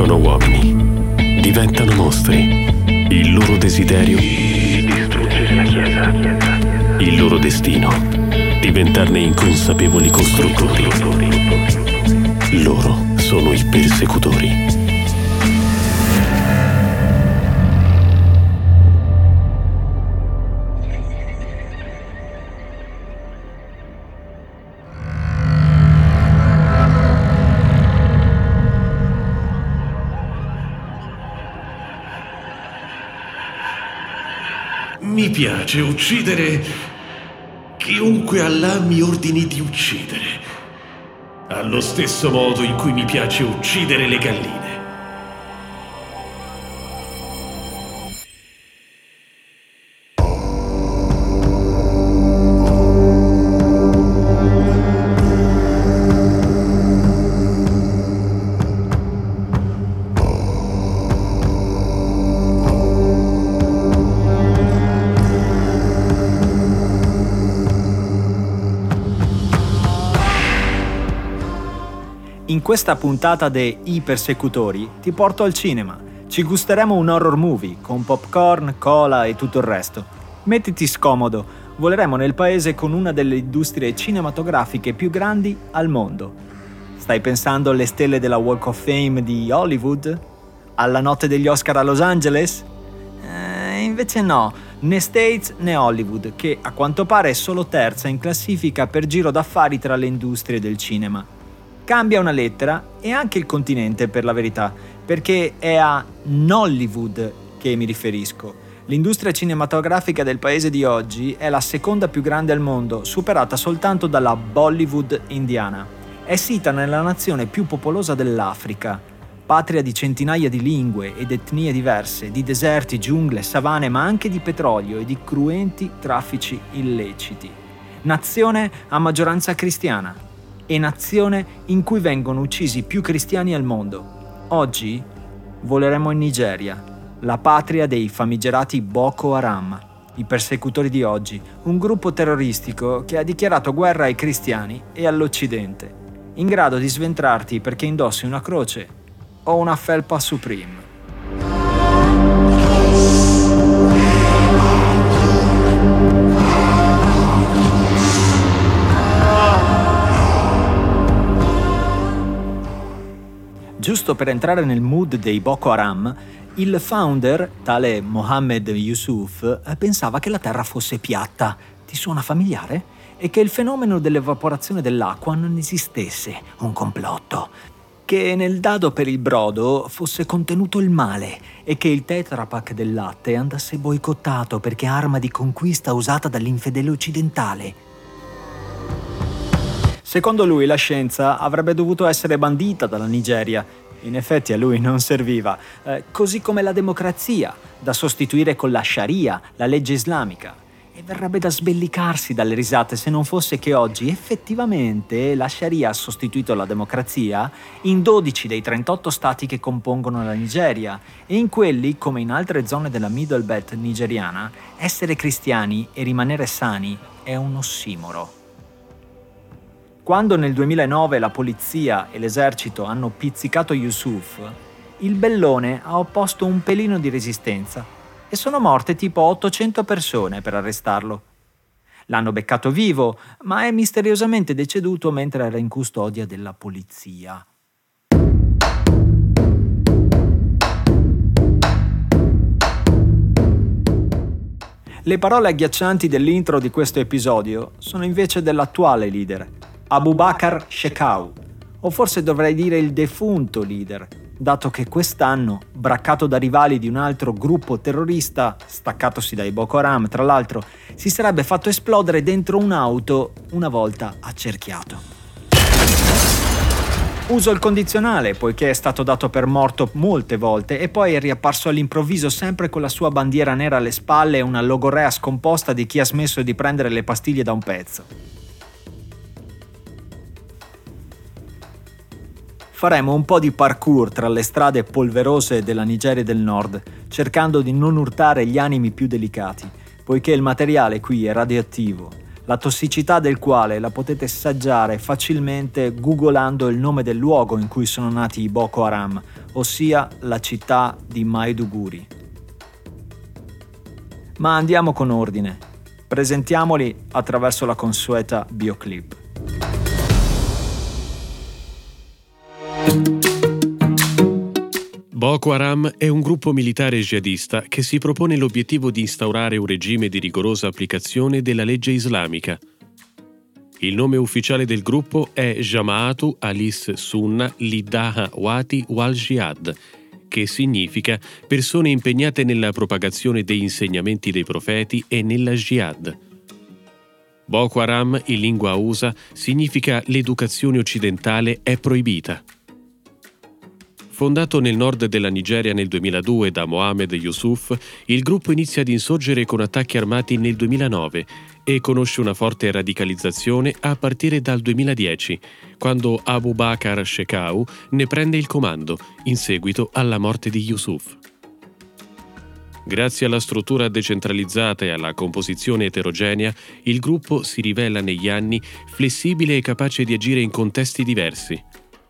nascono uomini, diventano mostri. Il loro desiderio distruggere la Chiesa. Il loro destino diventarne inconsapevoli costruttori. Loro sono i persecutori. Mi piace uccidere chiunque Allah mi ordini di uccidere, allo stesso modo in cui mi piace uccidere le galline. In questa puntata de I Persecutori ti porto al cinema. Ci gusteremo un horror movie con popcorn, cola e tutto il resto. Mettiti scomodo, voleremo nel paese con una delle industrie cinematografiche più grandi al mondo. Stai pensando alle stelle della Walk of Fame di Hollywood? Alla notte degli Oscar a Los Angeles? Invece no, né States né Hollywood, che a quanto pare è solo terza in classifica per giro d'affari tra le industrie del cinema. Cambia una lettera e anche il continente, per la verità, perché è a Nollywood che mi riferisco. L'industria cinematografica del paese di oggi è la seconda più grande al mondo, superata soltanto dalla Bollywood indiana. È sita nella nazione più popolosa dell'Africa, patria di centinaia di lingue ed etnie diverse, di deserti, giungle, savane, ma anche di petrolio e di cruenti traffici illeciti. Nazione a maggioranza cristiana. E nazione in cui vengono uccisi più cristiani al mondo. Oggi voleremo in Nigeria, la patria dei famigerati Boko Haram, i persecutori di oggi, un gruppo terroristico che ha dichiarato guerra ai cristiani e all'Occidente, in grado di sventrarti perché indossi una croce o una felpa Supreme. Giusto per entrare nel mood dei Boko Haram, il founder, tale Mohammed Yusuf, pensava che la Terra fosse piatta. Ti suona familiare? E che il fenomeno dell'evaporazione dell'acqua non esistesse, un complotto. Che nel dado per il brodo fosse contenuto il male e che il Tetra Pak del latte andasse boicottato perché arma di conquista usata dall'infedele occidentale. Secondo lui la scienza avrebbe dovuto essere bandita dalla Nigeria. In effetti a lui non serviva, così come la democrazia, da sostituire con la Sharia, la legge islamica. E verrebbe da sbellicarsi dalle risate se non fosse che oggi effettivamente la Sharia ha sostituito la democrazia in 12 dei 38 stati che compongono la Nigeria, e in quelli, come in altre zone della Middle Belt nigeriana, essere cristiani e rimanere sani è un ossimoro. Quando nel 2009 la polizia e l'esercito hanno pizzicato Yusuf, il bellone ha opposto un pelino di resistenza e sono morte tipo 800 persone per arrestarlo. L'hanno beccato vivo, ma è misteriosamente deceduto mentre era in custodia della polizia. Le parole agghiaccianti dell'intro di questo episodio sono invece dell'attuale leader, Abubakar Shekau, o forse dovrei dire il defunto leader, dato che quest'anno, braccato da rivali di un altro gruppo terrorista, staccatosi dai Boko Haram tra l'altro, si sarebbe fatto esplodere dentro un'auto una volta accerchiato. Uso il condizionale, poiché è stato dato per morto molte volte e poi è riapparso all'improvviso sempre con la sua bandiera nera alle spalle e una logorea scomposta di chi ha smesso di prendere le pastiglie da un pezzo. Faremo un po' di parkour tra le strade polverose della Nigeria del Nord, cercando di non urtare gli animi più delicati, poiché il materiale qui è radioattivo, la tossicità del quale la potete assaggiare facilmente googolando il nome del luogo in cui sono nati i Boko Haram, ossia la città di Maiduguri. Ma andiamo con ordine. Presentiamoli attraverso la consueta bioclip. Boko Haram è un gruppo militare jihadista che si propone l'obiettivo di instaurare un regime di rigorosa applicazione della legge islamica. Il nome ufficiale del gruppo è Jama'atu Alis Sunna Lidaha Wati wal Jihad, che significa persone impegnate nella propagazione degli insegnamenti dei profeti e nella jihad. Boko Haram, in lingua hausa, significa l'educazione occidentale è proibita. Fondato nel nord della Nigeria nel 2002 da Mohammed Yusuf, il gruppo inizia ad insorgere con attacchi armati nel 2009 e conosce una forte radicalizzazione a partire dal 2010, quando Abu Bakr Shekau ne prende il comando, in seguito alla morte di Yusuf. Grazie alla struttura decentralizzata e alla composizione eterogenea, il gruppo si rivela negli anni flessibile e capace di agire in contesti diversi.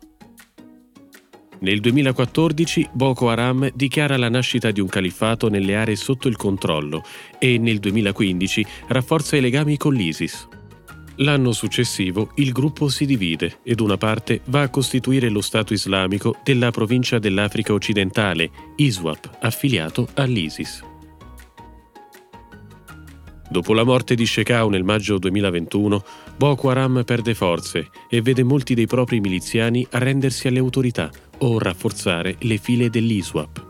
Nel 2014 Boko Haram dichiara la nascita di un califfato nelle aree sotto il controllo e nel 2015 rafforza i legami con l'ISIS. L'anno successivo il gruppo si divide ed una parte va a costituire lo Stato islamico della provincia dell'Africa occidentale, ISWAP, affiliato all'ISIS. Dopo la morte di Shekau nel maggio 2021, Boko Haram perde forze e vede molti dei propri miliziani arrendersi alle autorità o rafforzare le file dell'ISWAP.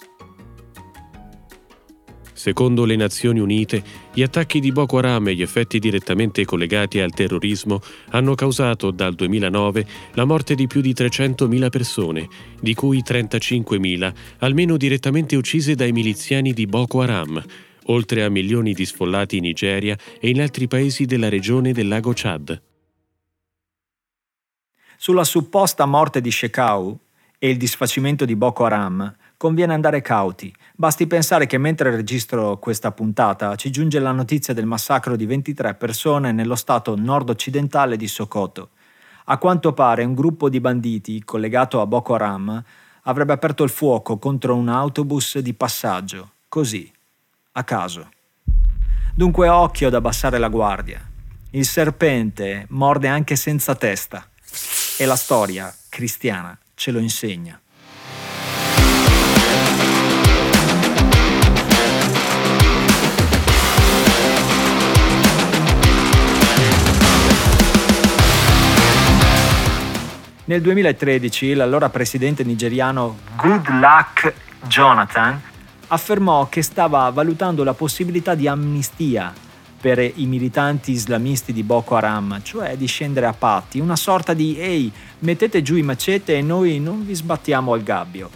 Secondo le Nazioni Unite, gli attacchi di Boko Haram e gli effetti direttamente collegati al terrorismo hanno causato dal 2009 la morte di più di 300.000 persone, di cui 35.000 almeno direttamente uccise dai miliziani di Boko Haram, oltre a milioni di sfollati in Nigeria e in altri paesi della regione del lago Chad. Sulla supposta morte di Shekau e il disfacimento di Boko Haram conviene andare cauti. Basti pensare che mentre registro questa puntata ci giunge la notizia del massacro di 23 persone nello stato nord-occidentale di Sokoto. A quanto pare un gruppo di banditi collegato a Boko Haram avrebbe aperto il fuoco contro un autobus di passaggio, così, a caso. Dunque occhio ad abbassare la guardia. Il serpente morde anche senza testa e la storia cristiana ce lo insegna. Nel 2013 l'allora presidente nigeriano Goodluck Jonathan affermò che stava valutando la possibilità di amnistia per i militanti islamisti di Boko Haram, cioè di scendere a patti, una sorta di «Ehi, mettete giù i macete e noi non vi sbattiamo al gabbio».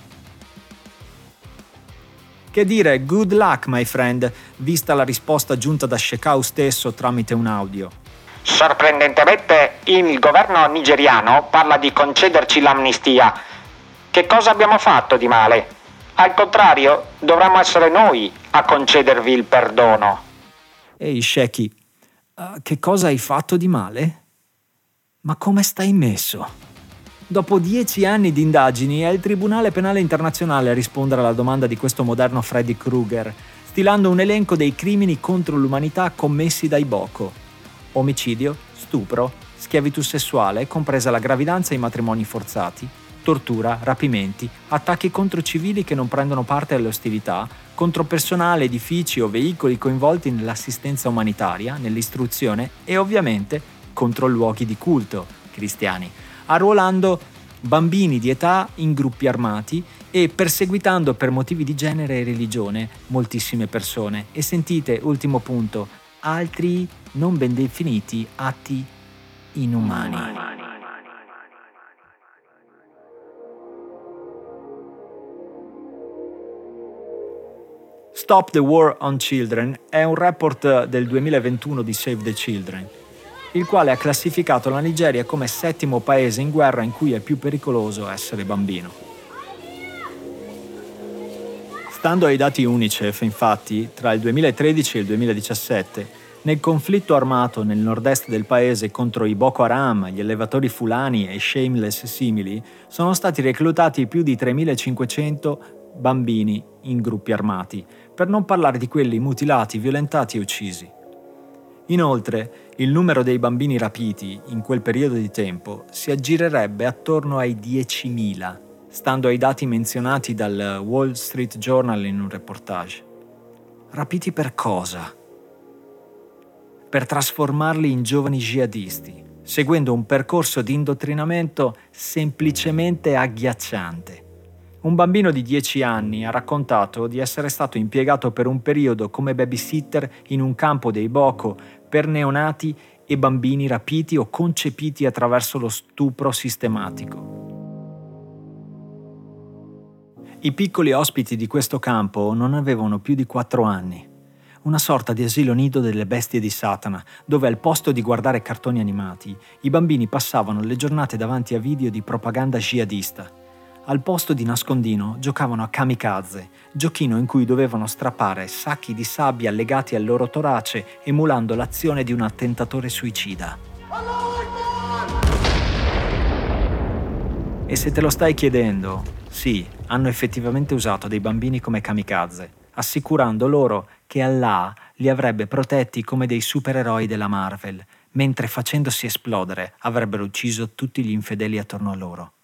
Che dire, good luck my friend, vista la risposta giunta da Shekau stesso tramite un audio. Sorprendentemente il governo nigeriano parla di concederci l'amnistia. Che cosa abbiamo fatto di male? Al contrario, dovremmo essere noi a concedervi il perdono. Ehi Sheki, che cosa hai fatto di male? Ma come stai messo? Dopo 10 anni di indagini è il Tribunale Penale Internazionale a rispondere alla domanda di questo moderno Freddy Krueger, stilando un elenco dei crimini contro l'umanità commessi dai Boko. Omicidio, stupro, schiavitù sessuale, compresa la gravidanza e i matrimoni forzati, tortura, rapimenti, attacchi contro civili che non prendono parte alle ostilità, contro personale, edifici o veicoli coinvolti nell'assistenza umanitaria, nell'istruzione e ovviamente contro luoghi di culto cristiani, arruolando bambini di età in gruppi armati e perseguitando per motivi di genere e religione moltissime persone. E sentite, ultimo punto, altri non ben definiti atti inumani. Stop the War on Children è un report del 2021 di Save the Children, il quale ha classificato la Nigeria come 7° paese in guerra in cui è più pericoloso essere bambino. Stando ai dati UNICEF, infatti, tra il 2013 e il 2017, Nel conflitto armato nel nord-est del paese contro i Boko Haram, gli allevatori fulani e shameless simili, sono stati reclutati più di 3.500 bambini in gruppi armati, per non parlare di quelli mutilati, violentati e uccisi. Inoltre, il numero dei bambini rapiti in quel periodo di tempo si aggirerebbe attorno ai 10.000, stando ai dati menzionati dal Wall Street Journal in un reportage. Rapiti per cosa? Per trasformarli in giovani jihadisti, seguendo un percorso di indottrinamento semplicemente agghiacciante. Un bambino di 10 anni ha raccontato di essere stato impiegato per un periodo come babysitter in un campo dei Boko per neonati e bambini rapiti o concepiti attraverso lo stupro sistematico. I piccoli ospiti di questo campo non avevano più di 4 anni. Una sorta di asilo nido delle bestie di Satana, dove al posto di guardare cartoni animati, i bambini passavano le giornate davanti a video di propaganda jihadista. Al posto di nascondino giocavano a kamikaze, giochino in cui dovevano strappare sacchi di sabbia legati al loro torace, emulando l'azione di un attentatore suicida. E se te lo stai chiedendo, sì, hanno effettivamente usato dei bambini come kamikaze, assicurando loro che Allah li avrebbe protetti come dei supereroi della Marvel, mentre facendosi esplodere avrebbero ucciso tutti gli infedeli attorno a loro.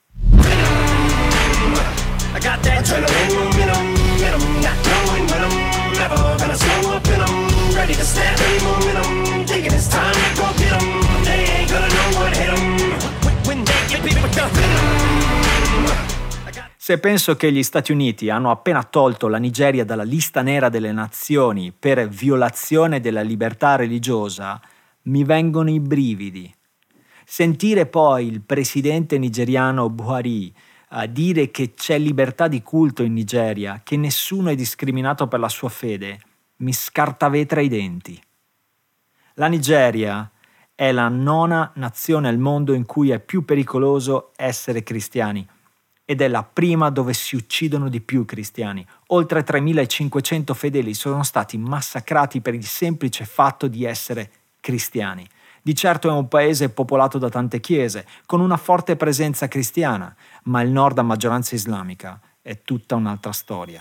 Se penso che gli Stati Uniti hanno appena tolto la Nigeria dalla lista nera delle nazioni per violazione della libertà religiosa, mi vengono i brividi. Sentire poi il presidente nigeriano Buhari a dire che c'è libertà di culto in Nigeria, che nessuno è discriminato per la sua fede, mi scartavetra i denti. La Nigeria è la 9ª nazione al mondo in cui è più pericoloso essere cristiani ed è la prima dove si uccidono di più cristiani. Oltre 3.500 fedeli sono stati massacrati per il semplice fatto di essere cristiani. Di certo è un paese popolato da tante chiese, con una forte presenza cristiana, ma il nord a maggioranza islamica è tutta un'altra storia.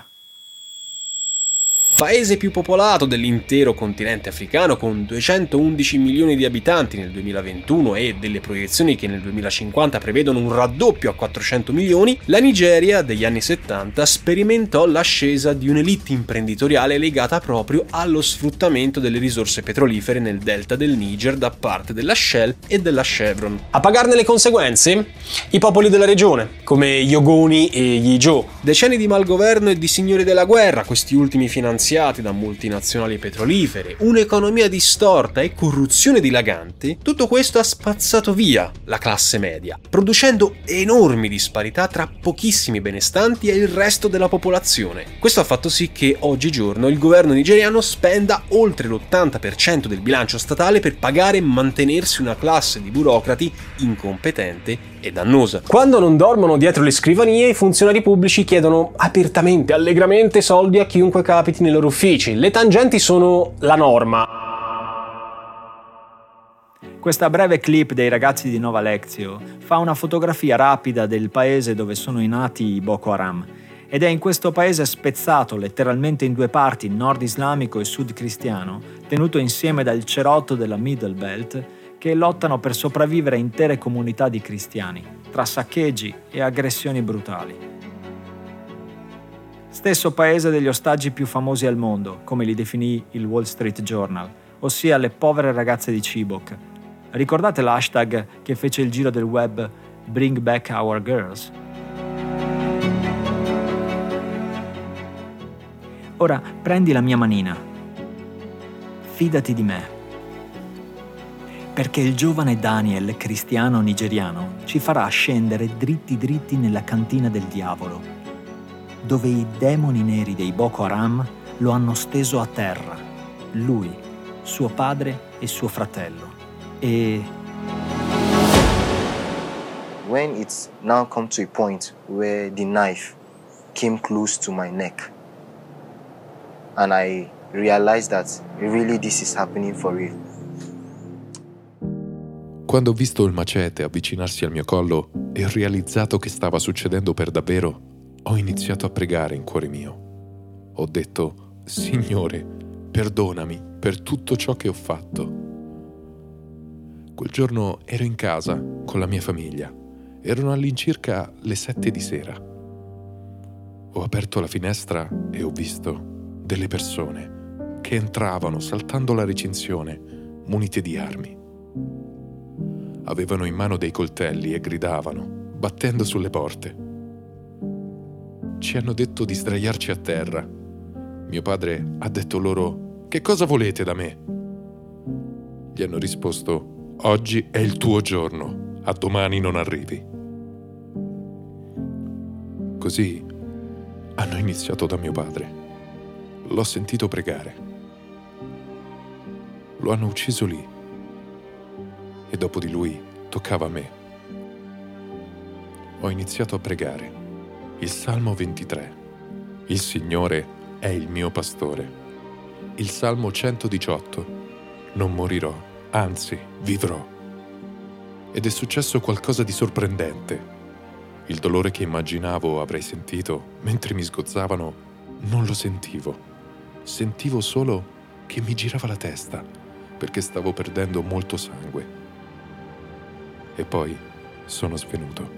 Paese più popolato dell'intero continente africano, con 211 milioni di abitanti nel 2021 e delle proiezioni che nel 2050 prevedono un raddoppio a 400 milioni, la Nigeria degli anni 70 sperimentò l'ascesa di un'elite imprenditoriale legata proprio allo sfruttamento delle risorse petrolifere nel delta del Niger da parte della Shell e della Chevron. A pagarne le conseguenze? I popoli della regione, come gli Ogoni e gli Ijaw. Decenni di malgoverno e di signori della guerra, questi ultimi finanziati da multinazionali petrolifere, un'economia distorta e corruzione dilagante, tutto questo ha spazzato via la classe media, producendo enormi disparità tra pochissimi benestanti e il resto della popolazione. Questo ha fatto sì che oggigiorno il governo nigeriano spenda oltre l'80% del bilancio statale per pagare e mantenersi una classe di burocrati incompetente e dannosa. Quando non dormono dietro le scrivanie, i funzionari pubblici chiedono apertamente, allegramente soldi a chiunque capiti nei loro uffici. Le tangenti sono la norma. Questa breve clip dei ragazzi di Nova Lectio fa una fotografia rapida del paese dove sono nati i Boko Haram. Ed è in questo paese spezzato letteralmente in due parti, nord islamico e sud cristiano, tenuto insieme dal cerotto della Middle Belt, che lottano per sopravvivere intere comunità di cristiani, tra saccheggi e aggressioni brutali. Stesso paese degli ostaggi più famosi al mondo, come li definì il Wall Street Journal, ossia le povere ragazze di Chibok. Ricordate l'hashtag che fece il giro del web Bring Back Our Girls? Ora prendi la mia manina. Fidati di me. Perché il giovane Daniel, cristiano nigeriano, ci farà scendere dritti dritti nella cantina del diavolo, dove i demoni neri dei Boko Haram lo hanno steso a terra, lui, suo padre e suo fratello. E when it's now come to a point where the knife came close to my neck and I realize that really this is happening for real. Quando ho visto il macete avvicinarsi al mio collo e ho realizzato che stava succedendo per davvero, ho iniziato a pregare in cuore mio. Ho detto: Signore, perdonami per tutto ciò che ho fatto. Quel giorno ero in casa con la mia famiglia. Erano all'incirca le 7 di sera. Ho aperto la finestra e ho visto delle persone che entravano saltando la recinzione, munite di armi. Avevano in mano dei coltelli e gridavano, battendo sulle porte. Ci hanno detto di sdraiarci a terra. Mio padre ha detto loro: che cosa volete da me? Gli hanno risposto: oggi è il tuo giorno, a domani non arrivi. Così hanno iniziato da mio padre. L'ho sentito pregare. Lo hanno ucciso lì. E dopo di lui toccava a me. Ho iniziato a pregare il Salmo 23. Il Signore è il mio pastore. Il Salmo 118. Non morirò, anzi vivrò. Ed è successo qualcosa di sorprendente. Il dolore che immaginavo avrei sentito mentre mi sgozzavano non lo sentivo. Sentivo solo che mi girava la testa perché stavo perdendo molto sangue. E poi sono svenuto.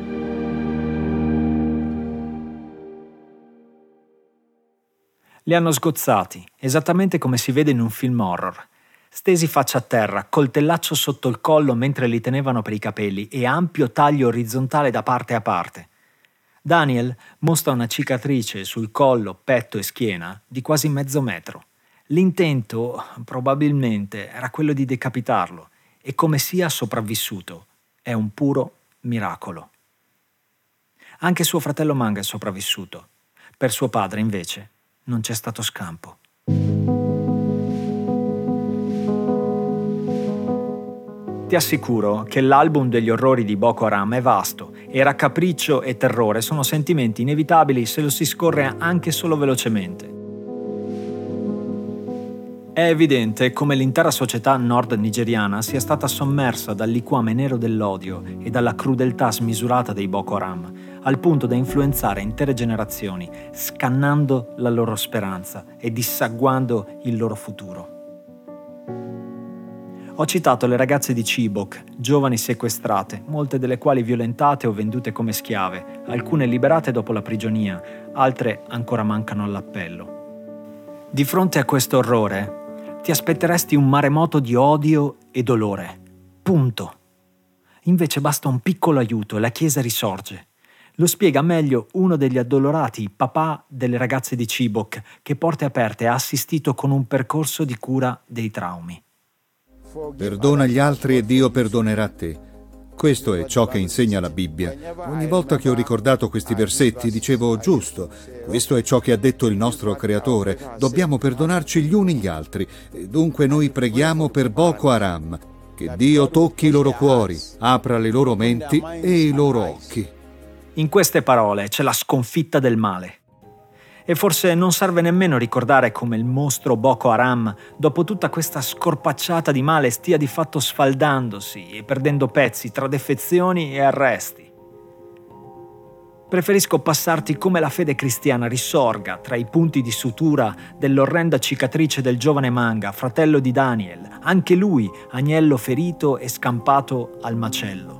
Li hanno sgozzati, esattamente come si vede in un film horror. Stesi faccia a terra, coltellaccio sotto il collo mentre li tenevano per i capelli e ampio taglio orizzontale da parte a parte. Daniel mostra una cicatrice sul collo, petto e schiena di quasi mezzo metro. L'intento, probabilmente, era quello di decapitarlo e come sia sopravvissuto è un puro miracolo. Anche suo fratello Manga è sopravvissuto. Per suo padre, invece, non c'è stato scampo. Ti assicuro che l'album degli orrori di Boko Haram è vasto e raccapriccio e terrore sono sentimenti inevitabili se lo si scorre anche solo velocemente. È evidente come l'intera società nord nigeriana sia stata sommersa dal liquame nero dell'odio e dalla crudeltà smisurata dei Boko Haram, al punto da influenzare intere generazioni, scannando la loro speranza e dissanguando il loro futuro. Ho citato le ragazze di Chibok, giovani sequestrate, molte delle quali violentate o vendute come schiave, alcune liberate dopo la prigionia, altre ancora mancano all'appello. Di fronte a questo orrore, ti aspetteresti un maremoto di odio e dolore. Punto. Invece basta un piccolo aiuto e la Chiesa risorge. Lo spiega meglio uno degli addolorati papà delle ragazze di Chibok, che Porte Aperte ha assistito con un percorso di cura dei traumi. Perdona gli altri e Dio perdonerà te. Questo è ciò che insegna la Bibbia. Ogni volta che ho ricordato questi versetti dicevo: giusto, questo è ciò che ha detto il nostro Creatore, dobbiamo perdonarci gli uni gli altri. E dunque noi preghiamo per Boko Haram, che Dio tocchi i loro cuori, apra le loro menti e i loro occhi. In queste parole c'è la sconfitta del male. E forse non serve nemmeno ricordare come il mostro Boko Haram, dopo tutta questa scorpacciata di male, stia di fatto sfaldandosi e perdendo pezzi tra defezioni e arresti. Preferisco passarti come la fede cristiana risorga tra i punti di sutura dell'orrenda cicatrice del giovane Manga, fratello di Daniel, anche lui agnello ferito e scampato al macello.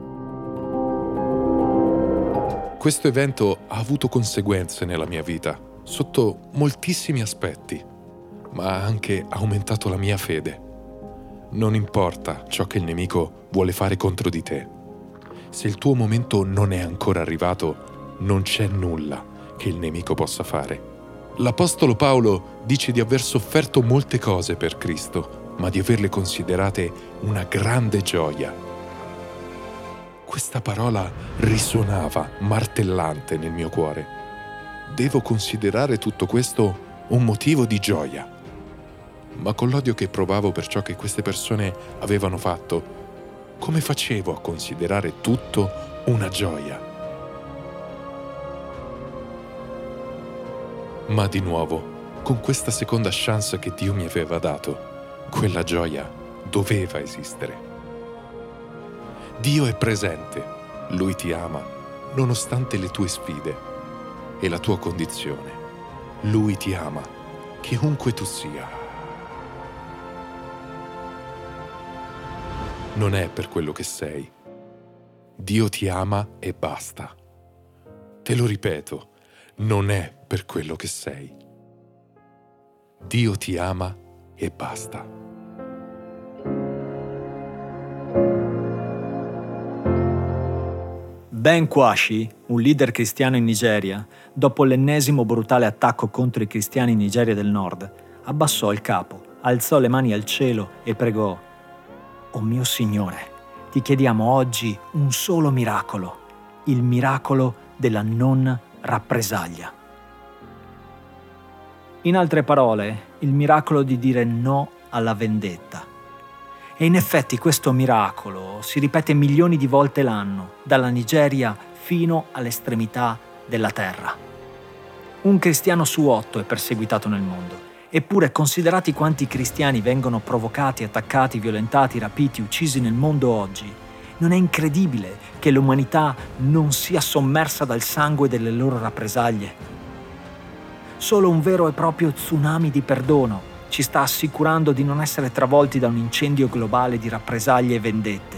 Questo evento ha avuto conseguenze nella mia vita, sotto moltissimi aspetti, ma ha anche aumentato la mia fede. Non importa ciò che il nemico vuole fare contro di te. Se il tuo momento non è ancora arrivato, non c'è nulla che il nemico possa fare. L'Apostolo Paolo dice di aver sofferto molte cose per Cristo, ma di averle considerate una grande gioia. Questa parola risuonava martellante nel mio cuore. Devo considerare tutto questo un motivo di gioia. Ma con l'odio che provavo per ciò che queste persone avevano fatto, come facevo a considerare tutto una gioia? Ma di nuovo, Con questa seconda chance che Dio mi aveva dato, quella gioia doveva esistere. Dio è presente, Lui ti ama, nonostante le tue sfide e la tua condizione. Lui ti ama, chiunque tu sia. Non è per quello che sei. Dio ti ama e basta. Te lo ripeto, non è per quello che sei. Dio ti ama e basta. Ben Kwashi, un leader cristiano in Nigeria, dopo l'ennesimo brutale attacco contro i cristiani in Nigeria del Nord, abbassò il capo, alzò le mani al cielo e pregò: «Oh mio Signore, ti chiediamo oggi un solo miracolo, il miracolo della non rappresaglia». In altre parole, il miracolo di dire no alla vendetta. E in effetti questo miracolo si ripete milioni di volte l'anno, dalla Nigeria fino all'estremità della terra. Un cristiano su 8 è perseguitato nel mondo. Eppure, considerati quanti cristiani vengono provocati, attaccati, violentati, rapiti, uccisi nel mondo oggi, non è incredibile che l'umanità non sia sommersa dal sangue delle loro rappresaglie? Solo un vero e proprio tsunami di perdono ci sta assicurando di non essere travolti da un incendio globale di rappresaglie e vendette.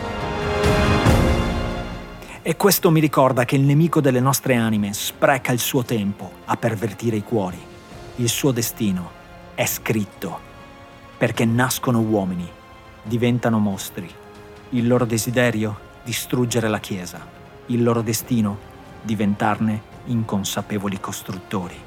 E questo mi ricorda che il nemico delle nostre anime spreca il suo tempo a pervertire i cuori. Il suo destino è scritto, perché nascono uomini, diventano mostri. Il loro desiderio? Distruggere la Chiesa. Il loro destino? Diventarne inconsapevoli costruttori.